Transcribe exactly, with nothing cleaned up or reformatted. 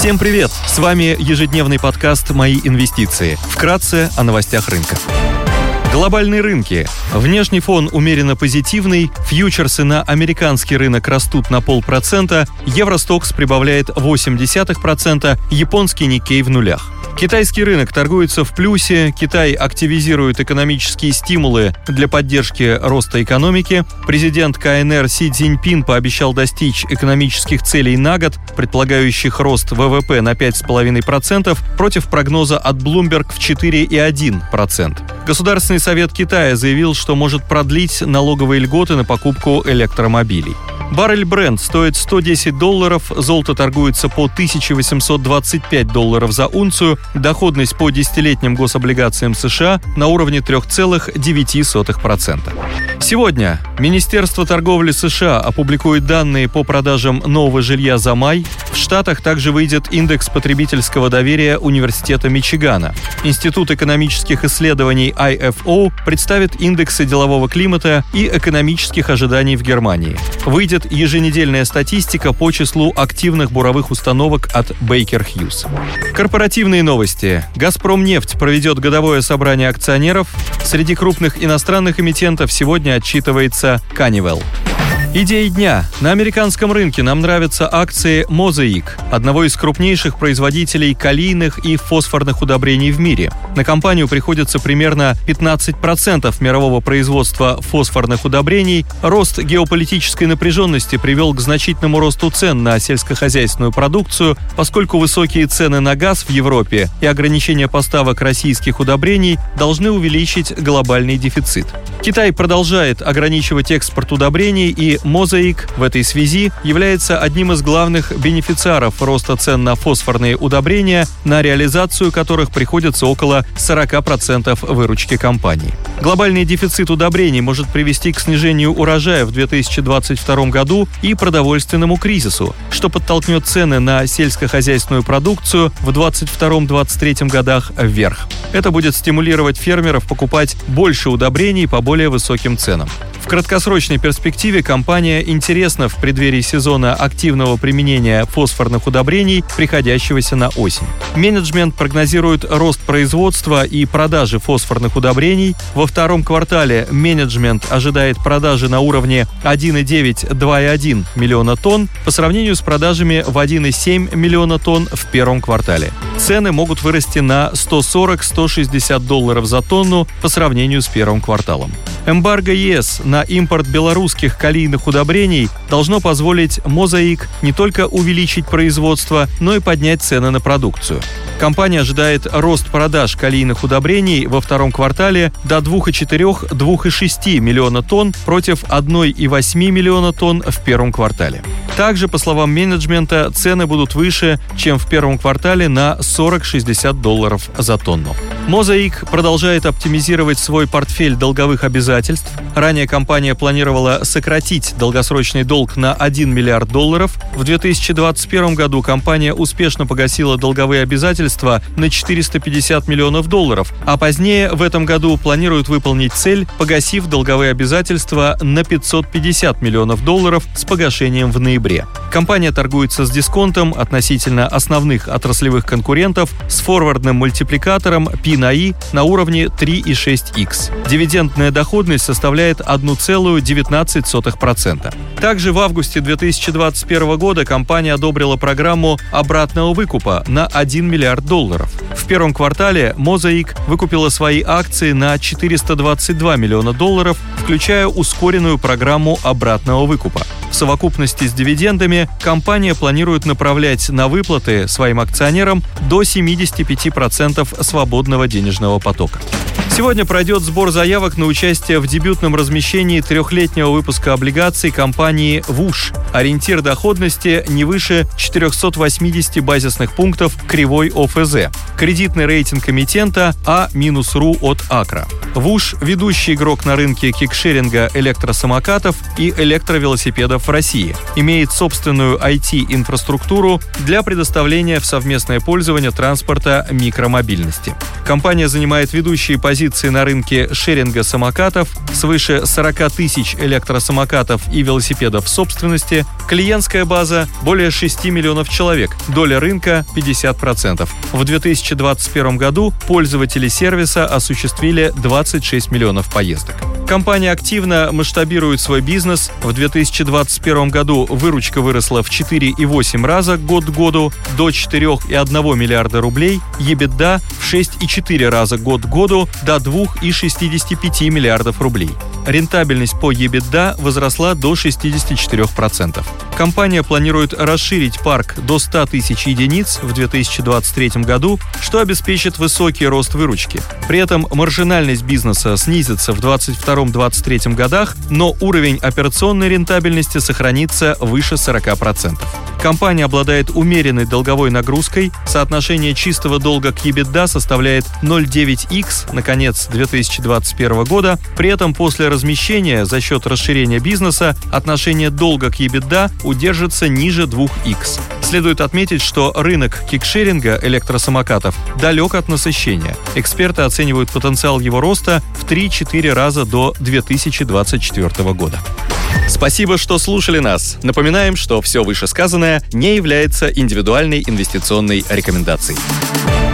Всем привет! С вами ежедневный подкаст «Мои инвестиции». Вкратце о новостях рынка. Глобальные рынки. Внешний фон умеренно позитивный, фьючерсы на американский рынок растут на полпроцента, Евростокс прибавляет восемь десятых процента, японский Никкей в нулях. Китайский рынок торгуется в плюсе, Китай активизирует экономические стимулы для поддержки роста экономики. Президент ка эн эр Си Цзиньпин пообещал достичь экономических целей на год, предполагающих рост вэ вэ пэ на пять целых пять десятых процента против прогноза от Bloomberg в четыре целых одна десятая процента. Государственный совет Китая заявил, что может продлить налоговые льготы на покупку электромобилей. Баррель Brent стоит сто десять долларов, золото торгуется по тысяча восемьсот двадцать пять долларов за унцию, доходность по десятилетним гособлигациям США на уровне три целых девять десятых процента. Сегодня Министерство торговли США опубликует данные по продажам нового жилья за май. В Штатах также выйдет индекс потребительского доверия Университета Мичигана. Институт экономических исследований ай эф о представит индексы делового климата и экономических ожиданий в Германии. Выйдет еженедельная статистика по числу активных буровых установок от Baker Hughes. Корпоративные новости. «Газпромнефть» проведет годовое собрание акционеров. Среди крупных иностранных эмитентов сегодня отчитывается Honeywell. Идеи дня. На американском рынке нам нравятся акции Mosaic, одного из крупнейших производителей калийных и фосфорных удобрений в мире. На компанию приходится примерно пятнадцать процентов мирового производства фосфорных удобрений. Рост геополитической напряженности привел к значительному росту цен на сельскохозяйственную продукцию, поскольку высокие цены на газ в Европе и ограничения поставок российских удобрений должны увеличить глобальный дефицит. Китай продолжает ограничивать экспорт удобрений, и Mosaic в этой связи является одним из главных бенефициаров роста цен на фосфорные удобрения, на реализацию которых приходится около сорок процентов выручки компании. Глобальный дефицит удобрений может привести к снижению урожая в две тысячи двадцать втором году и продовольственному кризису, что подтолкнет цены на сельскохозяйственную продукцию в двадцать втором — двадцать третьем годах вверх. Это будет стимулировать фермеров покупать больше удобрений по более высоким ценам. В краткосрочной перспективе компания интересна в преддверии сезона активного применения фосфорных удобрений, приходящегося на осень. Менеджмент прогнозирует рост производства и продажи фосфорных удобрений. Во втором квартале менеджмент ожидает продажи на уровне один целых девять — два целых одна десятая миллиона тонн по сравнению с продажами в один целых семь миллиона тонн в первом квартале. Цены могут вырасти на сто сорок — сто шестьдесят долларов за тонну по сравнению с первым кварталом. Эмбарго е эс на импорт белорусских калийных удобрений должно позволить Mosaic не только увеличить производство, но и поднять цены на продукцию. Компания ожидает рост продаж калийных удобрений во втором квартале до двух целых четырёх — двух целых шести миллиона тонн против одного целых восьми миллиона тонн в первом квартале. Также, по словам менеджмента, цены будут выше, чем в первом квартале на сорок — шестьдесят долларов за тонну. Mosaic продолжает оптимизировать свой портфель долговых обязательств. Ранее компания планировала сократить долгосрочный долг на один миллиард долларов. В две тысячи двадцать первом году компания успешно погасила долговые обязательства на четыреста пятьдесят миллионов долларов, а позднее в этом году планирует выполнить цель, погасив долговые обязательства на пятьсот пятьдесят миллионов долларов с погашением в ноябре. Компания торгуется с дисконтом относительно основных отраслевых конкурентов с форвардным мультипликатором пи на и на уровне три целых шесть десятых икс. Дивидендная доходность составляет одна целая девятнадцать сотых процента. Также в августе две тысячи двадцать первого года компания одобрила программу обратного выкупа на один миллиард долларов. В первом квартале Mosaic выкупила свои акции на четыреста двадцать два миллиона долларов, включая ускоренную программу обратного выкупа. В совокупности с дивидендами компания планирует направлять на выплаты своим акционерам до семьдесят пять процентов свободного денежного потока. Сегодня пройдет сбор заявок на участие в дебютном размещении трехлетнего выпуска облигаций компании вуш. Ориентир доходности не выше четырехсот восьмидесяти базисных пунктов кривой о эф зэ. Кредитный рейтинг эмитента А минус эр у от Акра. вуш – ведущий игрок на рынке кикшеринга электросамокатов и электровелосипедов в России. Имеет собственную ай ти-инфраструктуру для предоставления в совместное пользование транспорта микромобильности. Компания занимает ведущие позиции позиции на рынке шеринга самокатов, свыше сорок тысяч электросамокатов и велосипедов в собственности, клиентская база – более шести миллионов человек, доля рынка – пятьдесят процентов. В две тысячи двадцать первом году пользователи сервиса осуществили двадцать шесть миллионов поездок. Компания активно масштабирует свой бизнес. В две тысячи двадцать первом году выручка выросла в четыре и восемь раза год к году до четыре и одного миллиарда рублей, EBITDA в шесть и четыре раза год к году до двух и шестидесяти пяти миллиардов рублей. Рентабельность по EBITDA возросла до шестидесяти четырёх процентов. Компания планирует расширить парк до ста тысяч единиц в две тысячи двадцать третьем году, что обеспечит высокий рост выручки. При этом маржинальность бизнеса снизится в двадцать втором — двадцать третьем годах, но уровень операционной рентабельности сохранится выше сорока процентов. Компания обладает умеренной долговой нагрузкой, соотношение чистого долга к EBITDA составляет ноль целых девять десятых икс на конец две тысячи двадцать первого года, при этом после размещения за счет расширения бизнеса отношение долга к EBITDA удержится ниже двух икс. Следует отметить, что рынок кикшеринга электросамокатов далек от насыщения. Эксперты оценивают потенциал его роста в три-четыре раза до две тысячи двадцать четвёртого года. Спасибо, что слушали нас. Напоминаем, что все вышесказанное не является индивидуальной инвестиционной рекомендацией.